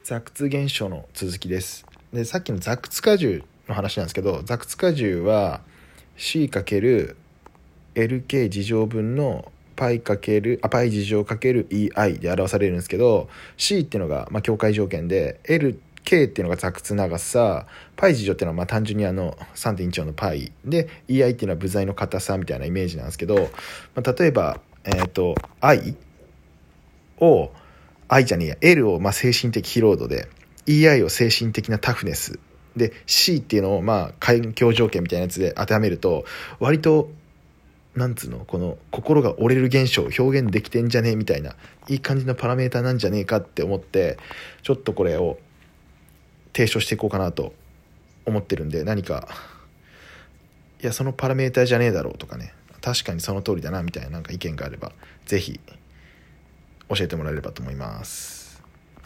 ザクツ現象の続きです。で、さっきのザクツ荷重の話なんですけど、ザクツ荷重は C×LK 二乗分のパイ二乗かける EI で表されるんですけど、 C っていうのが境界条件で、 LK っていうのがザクツ長さ、パイ二乗っていうのは単純に3.1 兆のパイで、 EI っていうのは部材の硬さみたいなイメージなんですけど、例えばI をL を精神的疲労度で、 EI を精神的なタフネスで、 C っていうのを環境条件みたいなやつで当てはめると、割とこの心が折れる現象を表現できてんじゃねえみたいな、いい感じのパラメータなんじゃねえかって思って、ちょっとこれを提唱していこうかなと思ってるんで、何かいやそのパラメータじゃねえだろうとかね、確かにその通りだなみたいな意見があれば、ぜひ教えてもらえればと思います。